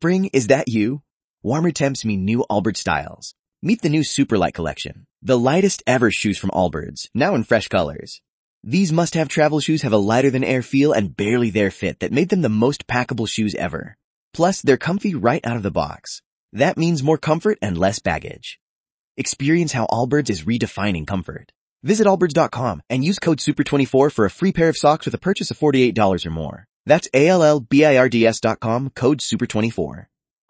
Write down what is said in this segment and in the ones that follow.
Spring, is that you? Warmer temps mean new Allbirds styles. Meet the new Superlight collection, the lightest ever shoes from Allbirds, now in fresh colors. These must-have travel shoes have a lighter-than-air feel and barely there fit that made them the most packable shoes ever. Plus, they're comfy right out of the box. That means more comfort and less baggage. Experience how Allbirds is redefining comfort. Visit allbirds.com and use code SUPER24 for a free pair of socks with a purchase of $48 or more. That's ALLBIRDS.com, code SUPER24.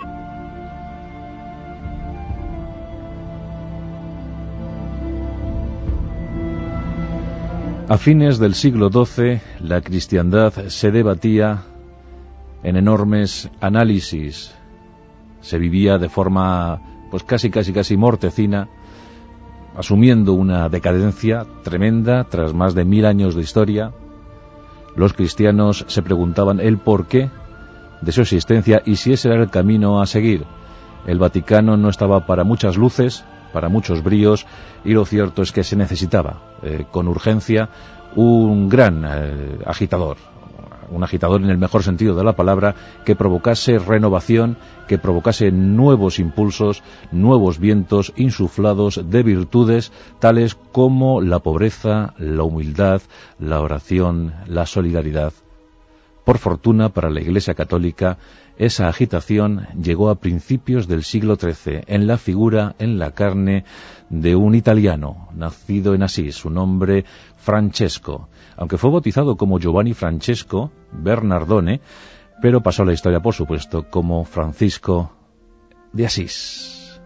A fines del siglo XII, la cristiandad se debatía en enormes análisis. Se vivía de forma, pues casi mortecina, asumiendo una decadencia tremenda tras más de 1000 años de historia. Los cristianos se preguntaban el porqué de su existencia y si ese era el camino a seguir. El Vaticano no estaba para muchas luces, para muchos bríos, y lo cierto es que se necesitaba con urgencia un gran agitador, un agitador en el mejor sentido de la palabra, que provocase renovación, que provocase nuevos impulsos, nuevos vientos insuflados de virtudes tales como la pobreza, la humildad, la oración, la solidaridad. Por fortuna para la Iglesia Católica, esa agitación llegó a principios del siglo XIII en la figura, en la carne, de un italiano, nacido en Asís, su nombre Francesco, aunque fue bautizado como Giovanni Francesco Bernardone, pero pasó a la historia, por supuesto, como Francisco de Asís.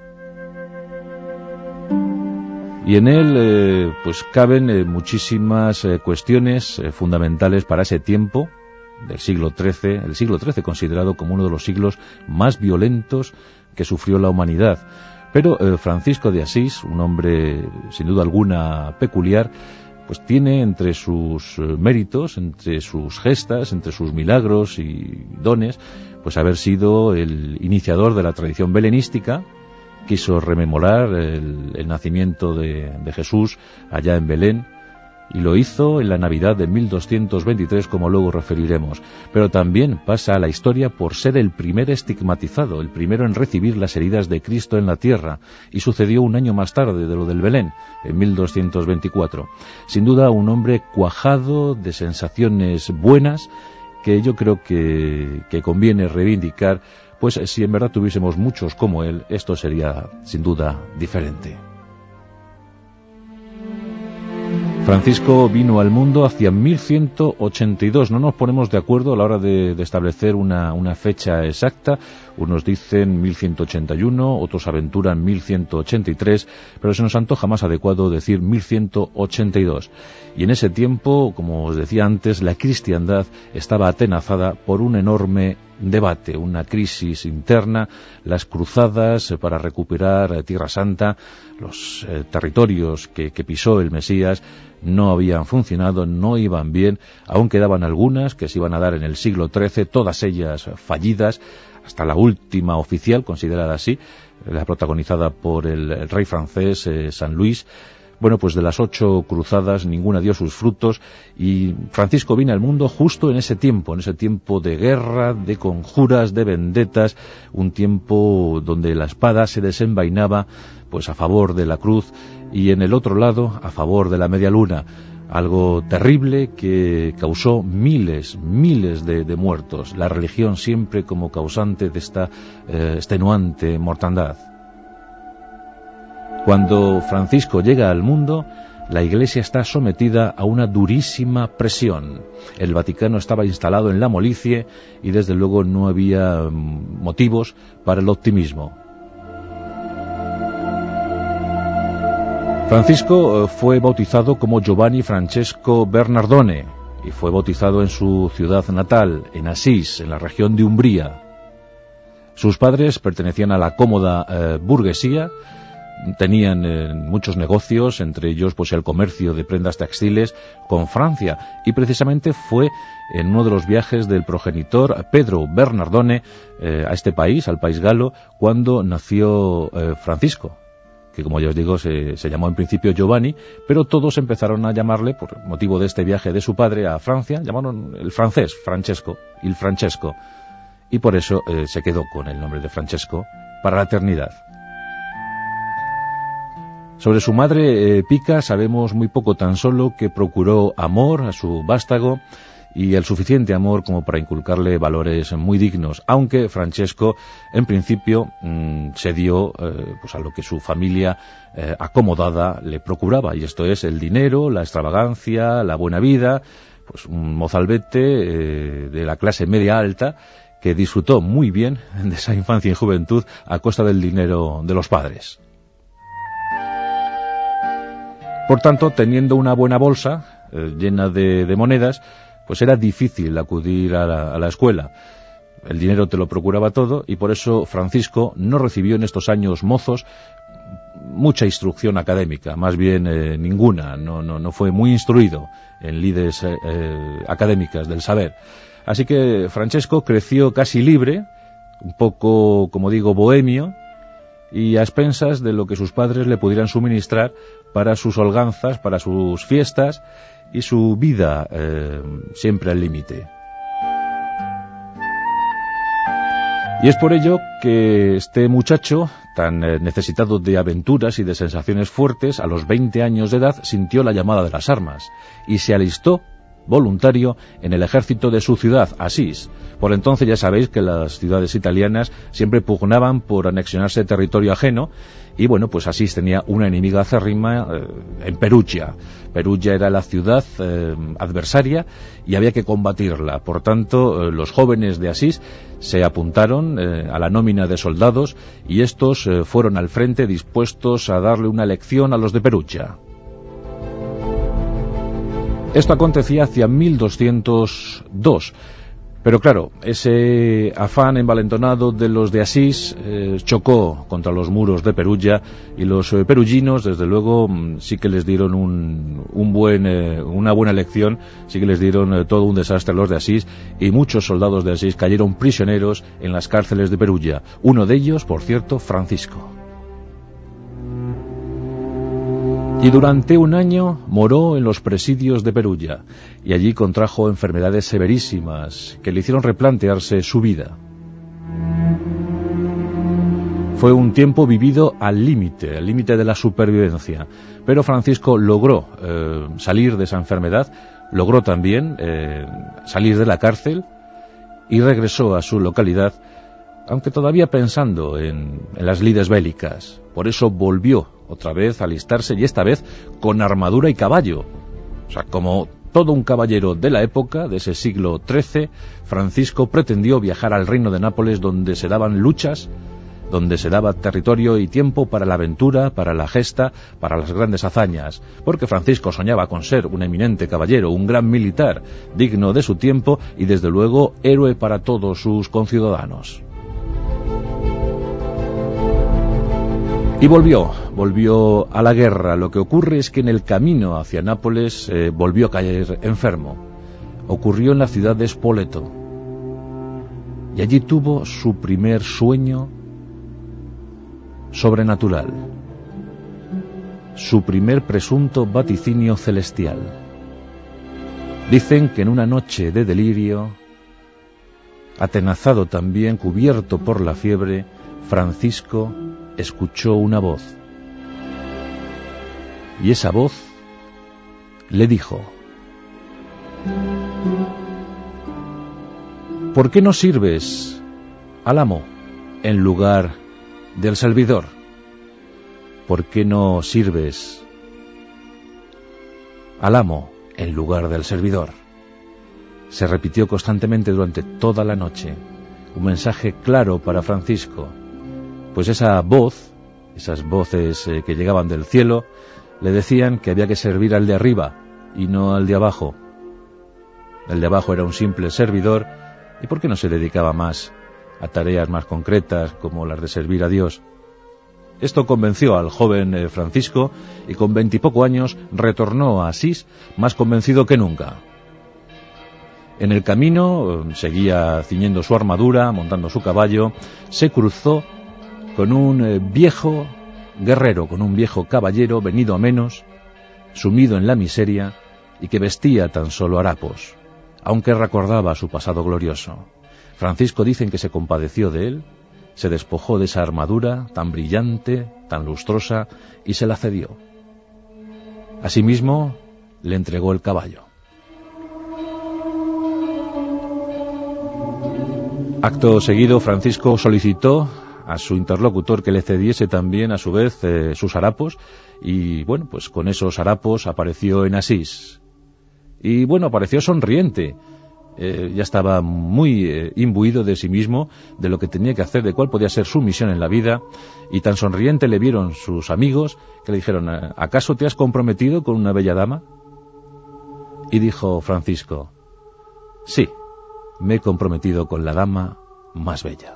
Y en él, pues caben muchísimas cuestiones fundamentales para ese tiempo del siglo XIII, el siglo XIII considerado como uno de los siglos más violentos que sufrió la humanidad. Pero Francisco de Asís, un hombre sin duda alguna peculiar, pues tiene entre sus méritos, entre sus gestas, entre sus milagros y dones, pues haber sido el iniciador de la tradición belenística. Quiso rememorar el nacimiento de Jesús allá en Belén, y lo hizo en la Navidad de 1223, como luego referiremos. Pero también pasa a la historia por ser el primer estigmatizado, el primero en recibir las heridas de Cristo en la tierra, y sucedió un año más tarde de lo del Belén, en 1224. Sin duda un hombre cuajado de sensaciones buenas, que yo creo que conviene reivindicar, pues si en verdad tuviésemos muchos como él, esto sería sin duda diferente. Francisco vino al mundo hacia 1182. No nos ponemos de acuerdo a la hora de establecer una fecha exacta. Unos dicen 1181, otros aventuran 1183, pero se nos antoja más adecuado decir 1182. Y en ese tiempo, como os decía antes, la cristiandad estaba atenazada por un enorme debate, una crisis interna, las cruzadas para recuperar Tierra Santa, los territorios que pisó el Mesías no habían funcionado, no iban bien, aún quedaban algunas que se iban a dar en el siglo XIII, todas ellas fallidas, hasta la última oficial, considerada así, la protagonizada por el rey francés San Luis. Bueno, pues de las 8 cruzadas ninguna dio sus frutos, y Francisco vino al mundo justo en ese tiempo de guerra, de conjuras, de vendetas, un tiempo donde la espada se desenvainaba pues a favor de la cruz y en el otro lado a favor de la media luna. Algo terrible que causó miles de muertos, la religión siempre como causante de esta extenuante mortandad. Cuando Francisco llega al mundo, la Iglesia está sometida a una durísima presión. El Vaticano estaba instalado en la molicie y desde luego no había motivos para el optimismo. Francisco fue bautizado como Giovanni Francesco Bernardone y fue bautizado en su ciudad natal, en Asís, en la región de Umbría. Sus padres pertenecían a la cómoda burguesía, tenían muchos negocios, entre ellos pues el comercio de prendas textiles con Francia, y precisamente fue en uno de los viajes del progenitor Pedro Bernardone a este país, al país galo, cuando nació Francisco, que como ya os digo se llamó en principio Giovanni, pero todos empezaron a llamarle, por motivo de este viaje de su padre a Francia, llamaron el francés Francesco, il Francesco. y por eso se quedó con el nombre de Francesco para la eternidad. Sobre su madre Pica sabemos muy poco, tan solo que procuró amor a su vástago y el suficiente amor como para inculcarle valores muy dignos, aunque Francesco en principio se dio pues a lo que su familia acomodada le procuraba, y esto es el dinero, la extravagancia, la buena vida, pues un mozalbete de la clase media alta que disfrutó muy bien de esa infancia y juventud a costa del dinero de los padres. Por tanto, teniendo una buena bolsa llena de monedas, pues era difícil acudir a la escuela. El dinero te lo procuraba todo, y por eso Francisco no recibió en estos años mozos mucha instrucción académica, más bien ninguna. No fue muy instruido en lides académicas del saber. Así que Francesco creció casi libre, un poco, como digo, bohemio, y a expensas de lo que sus padres le pudieran suministrar para sus holganzas, para sus fiestas y su vida siempre al límite. Y es por ello que este muchacho, tan necesitado de aventuras y de sensaciones fuertes, a los 20 años de edad sintió la llamada de las armas y se alistó voluntario en el ejército de su ciudad, Asís. Por entonces ya sabéis que las ciudades italianas siempre pugnaban por anexionarse territorio ajeno, y bueno, pues Asís tenía una enemiga acérrima en Perugia. Perugia era la ciudad adversaria y había que combatirla. Por tanto, los jóvenes de Asís se apuntaron a la nómina de soldados, y estos fueron al frente dispuestos a darle una lección a los de Perugia. Esto acontecía hacia 1202, pero claro, ese afán envalentonado de los de Asís chocó contra los muros de Perugia, y los peruginos, desde luego, sí que les dieron una buena lección, sí que les dieron todo un desastre a los de Asís, y muchos soldados de Asís cayeron prisioneros en las cárceles de Perugia. Uno de ellos, por cierto, Francisco. Y durante un año moró en los presidios de Perugia, y allí contrajo enfermedades severísimas que le hicieron replantearse su vida. Fue un tiempo vivido al límite de la supervivencia, pero Francisco logró salir de esa enfermedad, logró también salir de la cárcel y regresó a su localidad, aunque todavía pensando en las lides bélicas. Por eso volvió otra vez a alistarse, y esta vez con armadura y caballo. O sea, como todo un caballero de la época, de ese siglo XIII, Francisco pretendió viajar al reino de Nápoles, donde se daban luchas, donde se daba territorio y tiempo para la aventura, para la gesta, para las grandes hazañas, porque Francisco soñaba con ser un eminente caballero, un gran militar, digno de su tiempo y desde luego héroe para todos sus conciudadanos. Y volvió a la guerra. Lo que ocurre es que en el camino hacia Nápoles volvió a caer enfermo. Ocurrió en la ciudad de Spoleto, y allí tuvo su primer sueño sobrenatural, su primer presunto vaticinio celestial. Dicen que en una noche de delirio, atenazado también, cubierto por la fiebre, Francisco escuchó una voz, y esa voz le dijo: ¿por qué no sirves al amo en lugar del servidor? ¿Por qué no sirves al amo en lugar del servidor? Se repitió constantemente durante toda la noche, un mensaje claro para Francisco, pues esa voz, esas voces que llegaban del cielo, le decían que había que servir al de arriba y no al de abajo. El de abajo era un simple servidor, y ¿por qué no se dedicaba más a tareas más concretas como las de servir a Dios? Esto convenció al joven Francisco, y con 20 y poco años retornó a Asís más convencido que nunca. En el camino seguía ciñendo su armadura, montando su caballo, se cruzó con un viejo guerrero, con un viejo caballero venido a menos, sumido en la miseria y que vestía tan solo harapos, aunque recordaba su pasado glorioso. Francisco dicen que se compadeció de él, se despojó de esa armadura tan brillante, tan lustrosa, y se la cedió. Asimismo, le entregó el caballo. Acto seguido, Francisco solicitó a su interlocutor que le cediese también, a su vez, sus harapos, y bueno, pues con esos harapos apareció en Asís. Y bueno, apareció sonriente. Ya estaba muy imbuido de sí mismo, de lo que tenía que hacer, de cuál podía ser su misión en la vida, y tan sonriente le vieron sus amigos que le dijeron: ¿acaso te has comprometido con una bella dama? Y dijo Francisco: sí, me he comprometido con la dama más bella.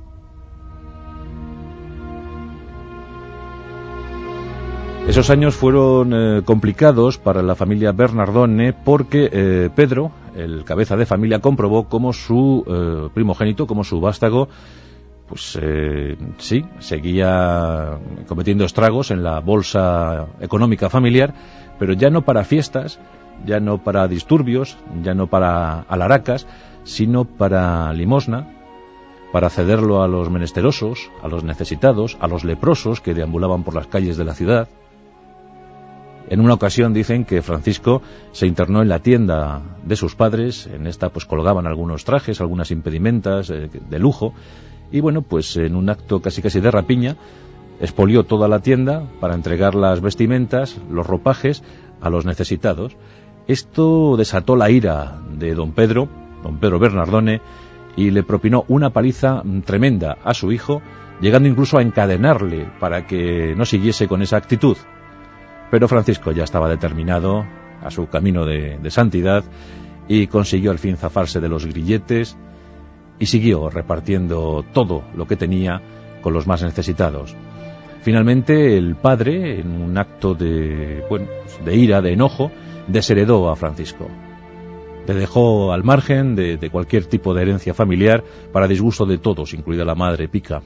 Esos años fueron complicados para la familia Bernardone porque Pedro, el cabeza de familia, comprobó cómo su primogénito, como su vástago, pues sí, seguía cometiendo estragos en la bolsa económica familiar, pero ya no para fiestas, ya no para disturbios, ya no para alaracas, sino para limosna, para cederlo a los menesterosos, a los necesitados, a los leprosos que deambulaban por las calles de la ciudad. En una ocasión dicen que Francisco se internó en la tienda de sus padres. En esta pues colgaban algunos trajes, algunas impedimentas de lujo, y bueno, pues en un acto casi de rapiña expolió toda la tienda para entregar las vestimentas, los ropajes a los necesitados. Esto desató la ira de don Pedro Bernardone, y le propinó una paliza tremenda a su hijo, llegando incluso a encadenarle para que no siguiese con esa actitud. Pero Francisco ya estaba determinado a su camino de santidad y consiguió al fin zafarse de los grilletes y siguió repartiendo todo lo que tenía con los más necesitados. Finalmente el padre, en un acto de ira, de enojo, desheredó a Francisco. Le dejó al margen de cualquier tipo de herencia familiar, para disgusto de todos, incluida la madre Pica.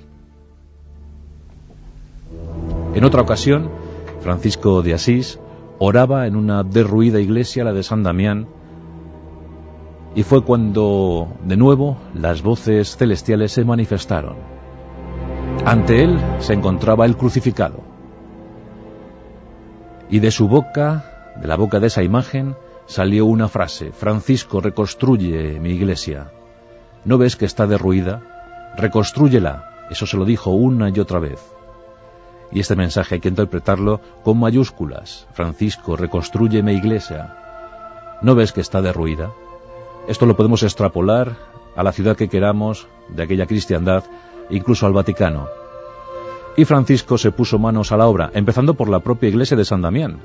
En otra ocasión, Francisco de Asís oraba en una derruida iglesia, la de San Damián, y fue cuando, de nuevo, las voces celestiales se manifestaron. Ante él se encontraba el crucificado, y de su boca, de la boca de esa imagen, salió una frase: Francisco, reconstruye mi iglesia. ¿No ves que está derruida? Reconstrúyela. Eso se lo dijo una y otra vez. Y este mensaje hay que interpretarlo con mayúsculas. Francisco, reconstruye mi iglesia. ¿No ves que está derruida? Esto lo podemos extrapolar a la ciudad que queramos, de aquella cristiandad, incluso al Vaticano. Y Francisco se puso manos a la obra, empezando por la propia iglesia de San Damián.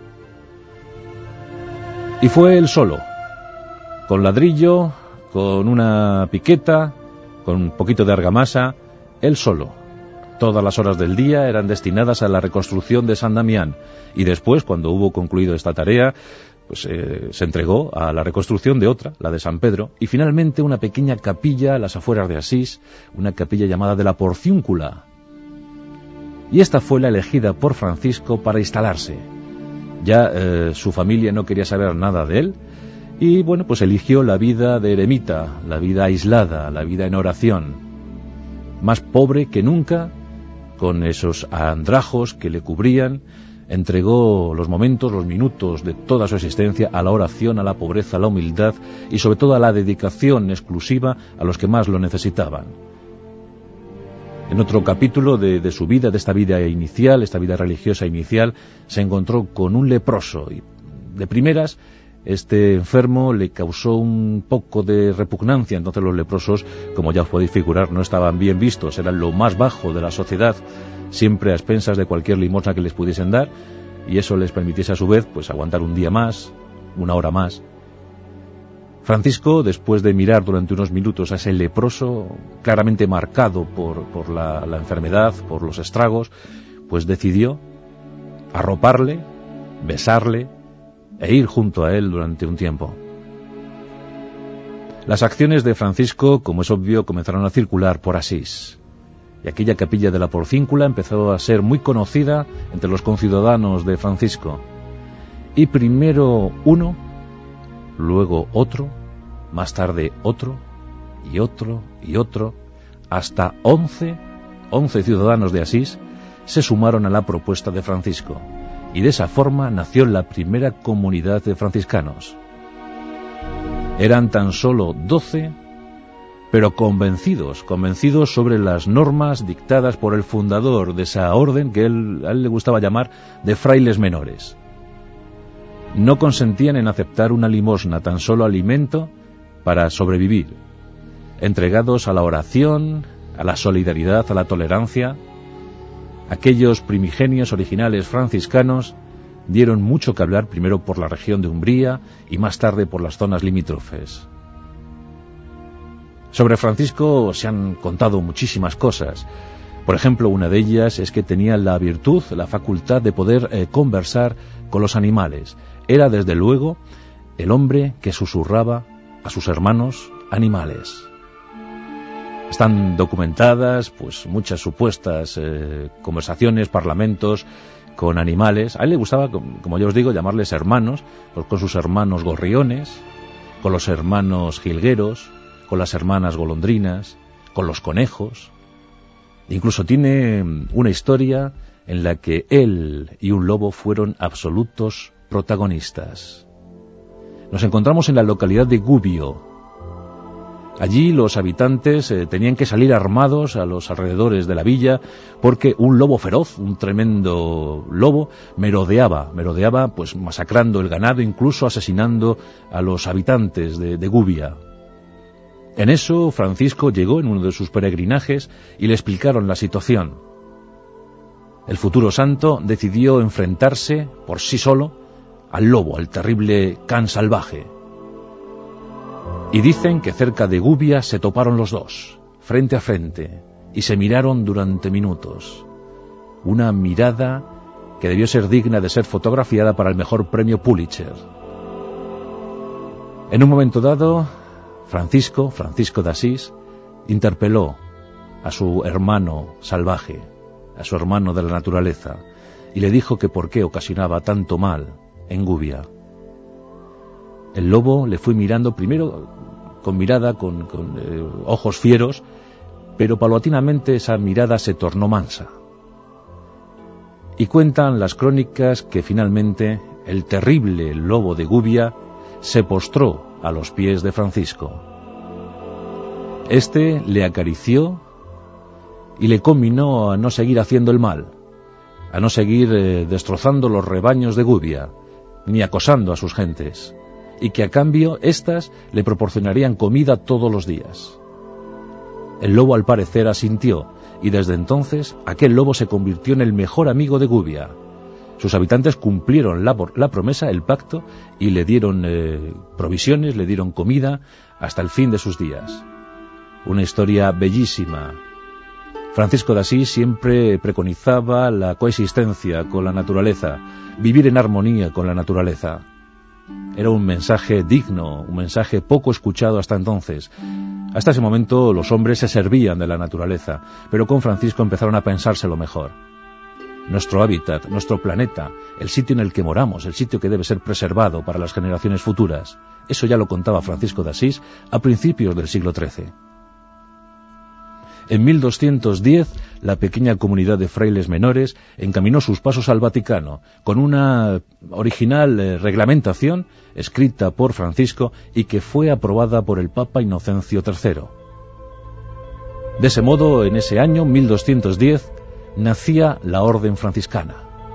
Y fue él solo, con ladrillo, con una piqueta, con un poquito de argamasa, él solo. Todas las horas del día eran destinadas a la reconstrucción de San Damián, y después, cuando hubo concluido esta tarea, pues se entregó a la reconstrucción de otra, la de San Pedro, y finalmente una pequeña capilla a las afueras de Asís, una capilla llamada de la Porciúncula. Y esta fue la elegida por Francisco para instalarse. Ya su familia no quería saber nada de él, y bueno, pues eligió la vida de eremita, la vida aislada, la vida en oración, más pobre que nunca, con esos andrajos que le cubrían. Entregó los momentos, los minutos de toda su existencia a la oración, a la pobreza, a la humildad y sobre todo a la dedicación exclusiva a los que más lo necesitaban. En otro capítulo de su vida, de esta vida inicial, esta vida religiosa inicial, se encontró con un leproso y de primeras este enfermo le causó un poco de repugnancia. Entonces los leprosos, como ya os podéis figurar, no estaban bien vistos, eran lo más bajo de la sociedad, siempre a expensas de cualquier limosna que les pudiesen dar, y eso les permitiese a su vez pues aguantar un día más, una hora más. Francisco, después de mirar durante unos minutos a ese leproso, claramente marcado por la enfermedad, por los estragos, pues decidió arroparle, besarle e ir junto a él durante un tiempo. Las acciones de Francisco, como es obvio, comenzaron a circular por Asís, y aquella capilla de la Porciúncula empezó a ser muy conocida entre los conciudadanos de Francisco. Y primero uno, luego otro, más tarde otro, y otro, hasta 11 ciudadanos de Asís se sumaron a la propuesta de Francisco, y de esa forma nació la primera comunidad de franciscanos. Eran tan solo 12, pero convencidos sobre las normas dictadas por el fundador de esa orden que a él le gustaba llamar de frailes menores. No consentían en aceptar una limosna, tan solo alimento para sobrevivir, entregados a la oración, a la solidaridad, a la tolerancia. Aquellos primigenios originales franciscanos dieron mucho que hablar, primero por la región de Umbría y más tarde por las zonas limítrofes. Sobre Francisco se han contado muchísimas cosas. Por ejemplo, una de ellas es que tenía la virtud, la facultad de poder conversar con los animales. Era, desde luego, el hombre que susurraba a sus hermanos animales. Están documentadas pues muchas supuestas conversaciones, parlamentos con animales. A él le gustaba, como ya os digo, llamarles hermanos, pues con sus hermanos gorriones, con los hermanos jilgueros, con las hermanas golondrinas, con los conejos. Incluso tiene una historia en la que él y un lobo fueron absolutos protagonistas. Nos encontramos en la localidad de Gubbio. Allí los habitantes tenían que salir armados a los alrededores de la villa porque un lobo feroz, un tremendo lobo, merodeaba pues masacrando el ganado, incluso asesinando a los habitantes de Gubbia. En eso Francisco llegó en uno de sus peregrinajes y le explicaron la situación. El futuro santo decidió enfrentarse por sí solo al lobo, al terrible can salvaje. Y dicen que cerca de Gubbia se toparon los dos, frente a frente, y se miraron durante minutos. Una mirada que debió ser digna de ser fotografiada para el mejor premio Pulitzer. En un momento dado, Francisco de Asís, interpeló a su hermano salvaje, a su hermano de la naturaleza, y le dijo que por qué ocasionaba tanto mal en Gubbia. El lobo le fue mirando primero con ojos fieros, pero paulatinamente esa mirada se tornó mansa. Y cuentan las crónicas que finalmente el terrible lobo de Gubbia se postró a los pies de Francisco. Este le acarició y le conminó a no seguir haciendo el mal, a no seguir destrozando los rebaños de Gubbia, ni acosando a sus gentes, y que a cambio éstas le proporcionarían comida todos los días. El lobo al parecer asintió, y desde entonces aquel lobo se convirtió en el mejor amigo de Gubbia. Sus habitantes cumplieron la promesa, el pacto, y le dieron provisiones, le dieron comida hasta el fin de sus días. Una historia bellísima. Francisco de Asís siempre preconizaba la coexistencia con la naturaleza, vivir en armonía con la naturaleza. Era un mensaje digno, un mensaje poco escuchado hasta entonces. Hasta ese momento los hombres se servían de la naturaleza, pero con Francisco empezaron a pensárselo mejor. Nuestro hábitat, nuestro planeta, el sitio en el que moramos, el sitio que debe ser preservado para las generaciones futuras. Eso ya lo contaba Francisco de Asís a principios del siglo XIII. En 1210, la pequeña comunidad de frailes menores encaminó sus pasos al Vaticano, con una original reglamentación escrita por Francisco y que fue aprobada por el Papa Inocencio III. De ese modo, en ese año, 1210, nacía la Orden Franciscana.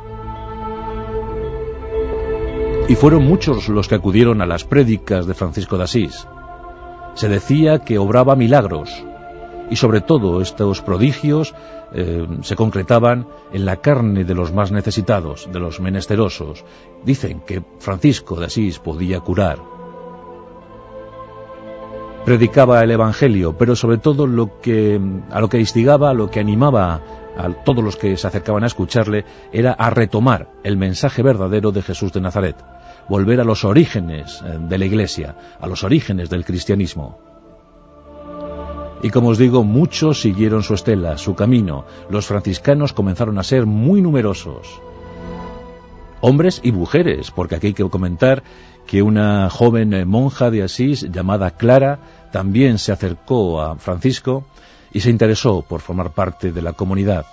Y fueron muchos los que acudieron a las prédicas de Francisco de Asís. Se decía que obraba milagros, y sobre todo estos prodigios se concretaban en la carne de los más necesitados, de los menesterosos. Dicen que Francisco de Asís podía curar. Predicaba el Evangelio, pero sobre todo a lo que instigaba, a lo que animaba a todos los que se acercaban a escucharle, era a retomar el mensaje verdadero de Jesús de Nazaret, volver a los orígenes de la Iglesia, a los orígenes del cristianismo. Y como os digo, muchos siguieron su estela, su camino. Los franciscanos comenzaron a ser muy numerosos. hombres y mujeres, porque aquí hay que comentar que una joven monja de Asís llamada Clara también se acercó a Francisco y se interesó por formar parte de la comunidad.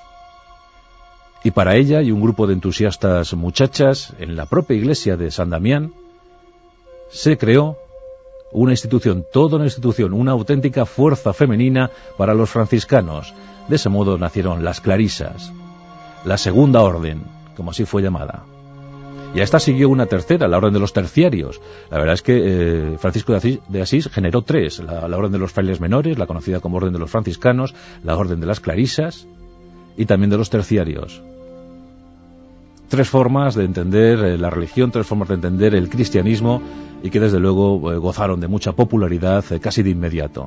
Y para ella y un grupo de entusiastas muchachas, en la propia iglesia de San Damián, se creó una institución, toda una institución, una auténtica fuerza femenina para los franciscanos. De ese modo nacieron las clarisas, la segunda orden, como así fue llamada. Y a esta siguió una tercera, la orden de los terciarios. La verdad es que Francisco de Asís generó tres, la orden de los frailes menores, la conocida como orden de los franciscanos, la orden de las clarisas y también de los terciarios. Tres formas de entender la religión, tres formas de entender el cristianismo y que desde luego gozaron de mucha popularidad casi de inmediato.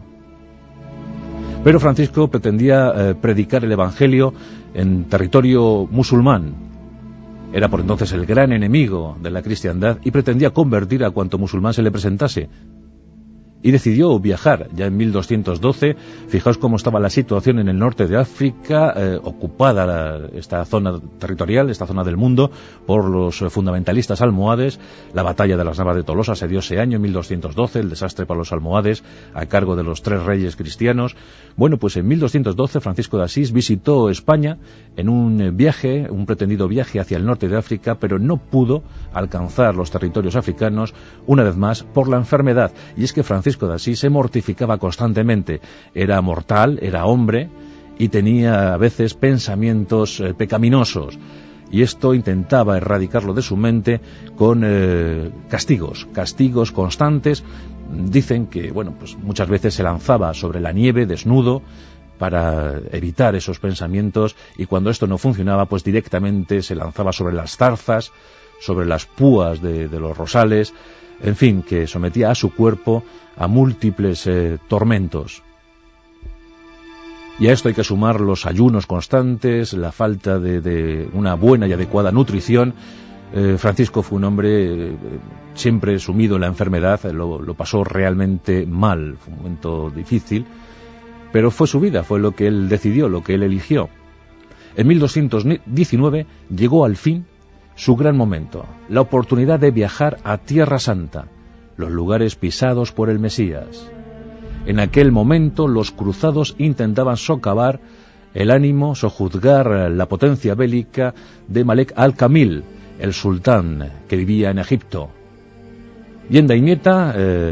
Pero Francisco pretendía predicar el evangelio en territorio musulmán. Era por entonces el gran enemigo de la cristiandad y pretendía convertir a cuanto musulmán se le presentase. Y decidió viajar ya en 1212. Fijaos cómo estaba la situación en el norte de África, ocupada esta zona territorial, esta zona del mundo, por los fundamentalistas almohades. La batalla de las Navas de Tolosa se dio ese año, en 1212, el desastre para los almohades, a cargo de los tres reyes cristianos. Bueno, pues en 1212 Francisco de Asís visitó España en un viaje, un pretendido viaje hacia el norte de África, pero no pudo alcanzar los territorios africanos, una vez más, por la enfermedad. Y es que Francisco de Asís se mortificaba constantemente. Era mortal, era hombre y tenía a veces pensamientos pecaminosos. Y esto intentaba erradicarlo de su mente con castigos constantes. Dicen que, bueno, pues muchas veces se lanzaba sobre la nieve desnudo para evitar esos pensamientos, y cuando esto no funcionaba, pues directamente se lanzaba sobre las zarzas, sobre las púas de los rosales, en fin, que sometía a su cuerpo a múltiples tormentos. Y a esto hay que sumar los ayunos constantes, la falta de una buena y adecuada nutrición. Francisco fue un hombre siempre sumido en la enfermedad, lo pasó realmente mal, fue un momento difícil, pero fue su vida, fue lo que él decidió, lo que él eligió. En 1219 llegó al fin su gran momento, la oportunidad de viajar a Tierra Santa, los lugares pisados por el Mesías. En aquel momento los cruzados intentaban socavar el ánimo, sojuzgar la potencia bélica de Malek al-Kamil, el sultán que vivía en Egipto. Y en Damieta,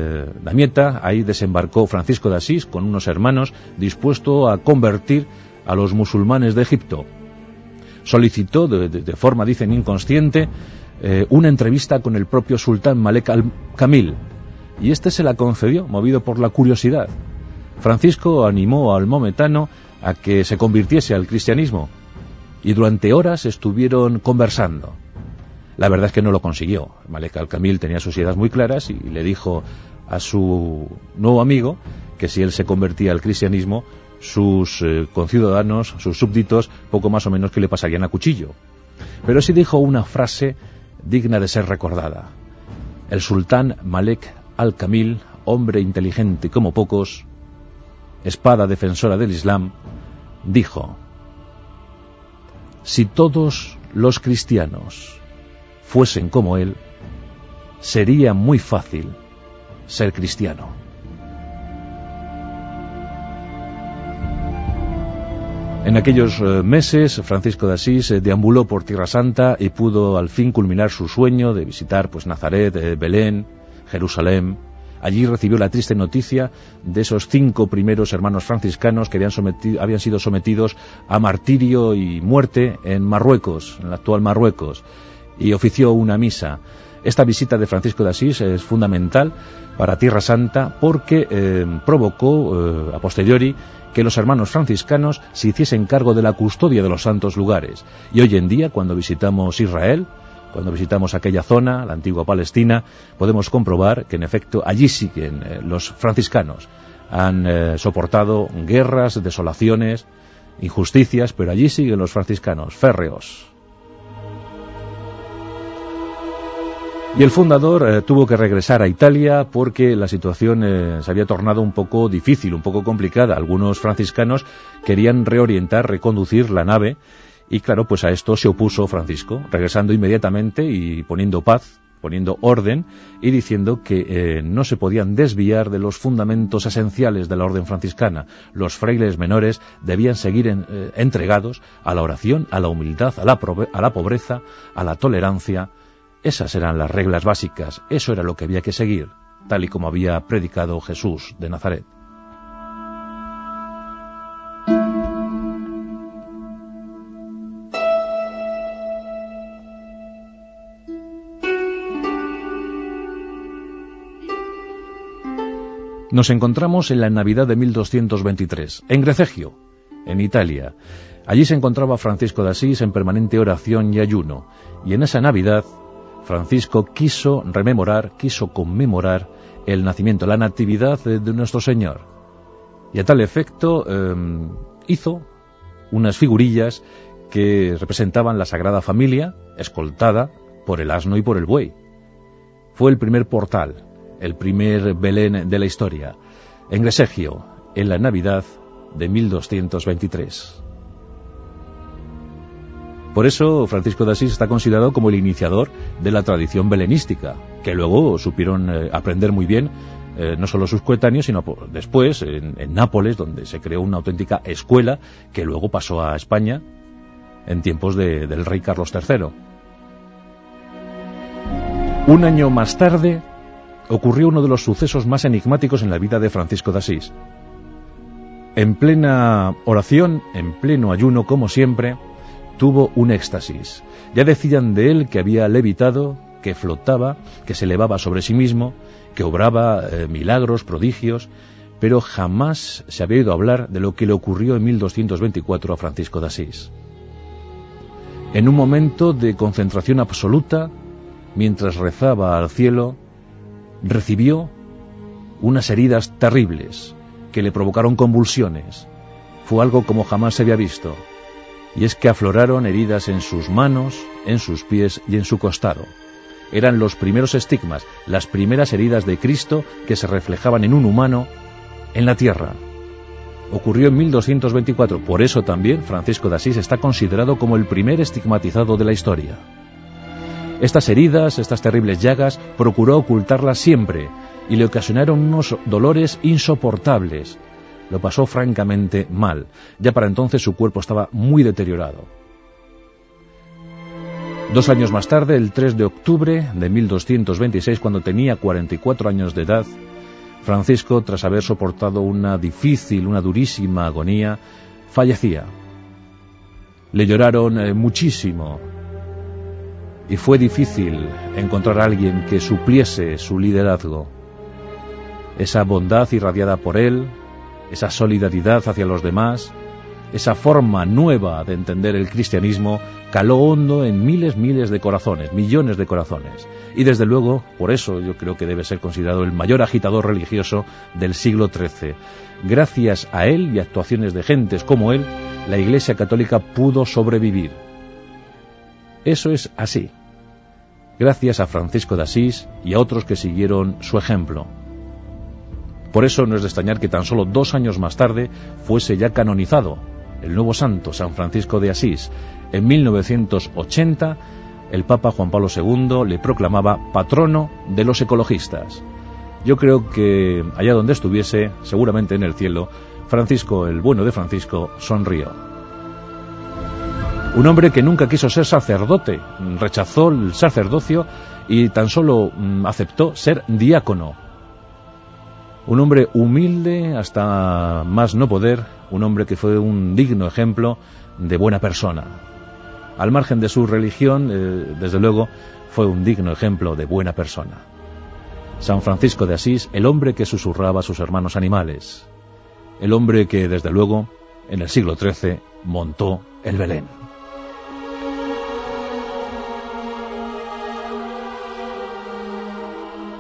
ahí desembarcó Francisco de Asís con unos hermanos, dispuesto a convertir a los musulmanes de Egipto. Solicitó, de forma, dicen, inconsciente, una entrevista con el propio sultán Malek al-Kamil, y este se la concedió, movido por la curiosidad. Francisco animó al maometano a que se convirtiese al cristianismo, y durante horas estuvieron conversando. La verdad es que no lo consiguió. Malek al-Kamil tenía sus ideas muy claras y le dijo a su nuevo amigo que si él se convertía al cristianismo, sus conciudadanos, sus súbditos, poco más o menos que le pasarían a cuchillo. Pero sí dijo una frase digna de ser recordada. El sultán Malek al-Kamil, hombre inteligente como pocos, espada defensora del Islam, dijo: si todos los cristianos fuesen como él, sería muy fácil ser cristiano. En aquellos meses, Francisco de Asís deambuló por Tierra Santa y pudo al fin culminar su sueño de visitar Nazaret, Belén, Jerusalén. Allí recibió la triste noticia de esos 5 primeros hermanos franciscanos que habían sido sometidos a martirio y muerte en Marruecos, en el actual Marruecos, y ofició una misa. Esta visita de Francisco de Asís es fundamental para Tierra Santa porque provocó a posteriori que los hermanos franciscanos se hiciesen cargo de la custodia de los santos lugares. Y hoy en día, cuando visitamos Israel, cuando visitamos aquella zona, la antigua Palestina, podemos comprobar que en efecto allí siguen los franciscanos. Han soportado guerras, desolaciones, injusticias, pero allí siguen los franciscanos, férreos. Y el fundador tuvo que regresar a Italia porque la situación se había tornado un poco difícil, un poco complicada. Algunos franciscanos querían reorientar, reconducir la nave, Y claro, pues a esto se opuso Francisco, regresando inmediatamente y poniendo paz, poniendo orden y diciendo que no se podían desviar de los fundamentos esenciales de la orden franciscana. Los frailes menores debían seguir entregados a la oración, a la humildad, a la pobreza, a la tolerancia. Esas eran las reglas básicas, eso era lo que había que seguir, tal y como había predicado Jesús de Nazaret. Nos encontramos en la Navidad de 1223, en Grecegio, en Italia. Allí se encontraba Francisco de Asís en permanente oración y ayuno, y en esa Navidad Francisco quiso conmemorar el nacimiento, la natividad de nuestro Señor. Y a tal efecto hizo unas figurillas que representaban la Sagrada Familia, escoltada por el asno y por el buey. Fue el primer portal, el primer Belén de la historia, en Gresegio, en la Navidad de 1223. Por eso Francisco de Asís está considerado como el iniciador de la tradición belenística, que luego supieron aprender muy bien, no solo sus coetáneos, sino después en Nápoles, donde se creó una auténtica escuela que luego pasó a España en tiempos del rey Carlos III. Un año más tarde ocurrió uno de los sucesos más enigmáticos en la vida de Francisco de Asís. En plena oración, en pleno ayuno, como siempre, tuvo un éxtasis. Ya decían de él que había levitado, que flotaba, que se elevaba sobre sí mismo, que obraba milagros, prodigios, pero jamás se había oído hablar de lo que le ocurrió en 1224 a Francisco de Asís. En un momento de concentración absoluta, mientras rezaba al cielo, recibió unas heridas terribles que le provocaron convulsiones. Fue algo como jamás se había visto, y es que afloraron heridas en sus manos, en sus pies y en su costado. Eran los primeros estigmas, las primeras heridas de Cristo que se reflejaban en un humano en la tierra. Ocurrió en 1224, por eso también Francisco de Asís está considerado como el primer estigmatizado de la historia. Estas heridas, estas terribles llagas, procuró ocultarlas siempre y le ocasionaron unos dolores insoportables. Lo pasó francamente mal. Ya para entonces su cuerpo estaba muy deteriorado. 2 años más tarde, el 3 de octubre de 1226, cuando tenía 44 años de edad, Francisco, tras haber soportado una durísima agonía, fallecía. Le lloraron muchísimo. Y fue difícil encontrar a alguien que supliese su liderazgo. Esa bondad irradiada por él, esa solidaridad hacia los demás, esa forma nueva de entender el cristianismo, caló hondo en miles de corazones, millones de corazones. Y desde luego, por eso yo creo que debe ser considerado el mayor agitador religioso del siglo XIII. Gracias a él y a actuaciones de gentes como él, la Iglesia Católica pudo sobrevivir. Eso es así, gracias a Francisco de Asís y a otros que siguieron su ejemplo. Por eso no es de extrañar que tan solo 2 años más tarde fuese ya canonizado el nuevo santo, San Francisco de Asís. En 1980, el Papa Juan Pablo II le proclamaba patrono de los ecologistas. Yo creo que allá donde estuviese, seguramente en el cielo, Francisco, el bueno de Francisco, sonrió. Un hombre que nunca quiso ser sacerdote, rechazó el sacerdocio y tan solo aceptó ser diácono. Un hombre humilde hasta más no poder, un hombre que fue un digno ejemplo de buena persona. Al margen de su religión, desde luego, fue un digno ejemplo de buena persona. San Francisco de Asís, el hombre que susurraba a sus hermanos animales. El hombre que, desde luego, en el siglo XIII montó el Belén.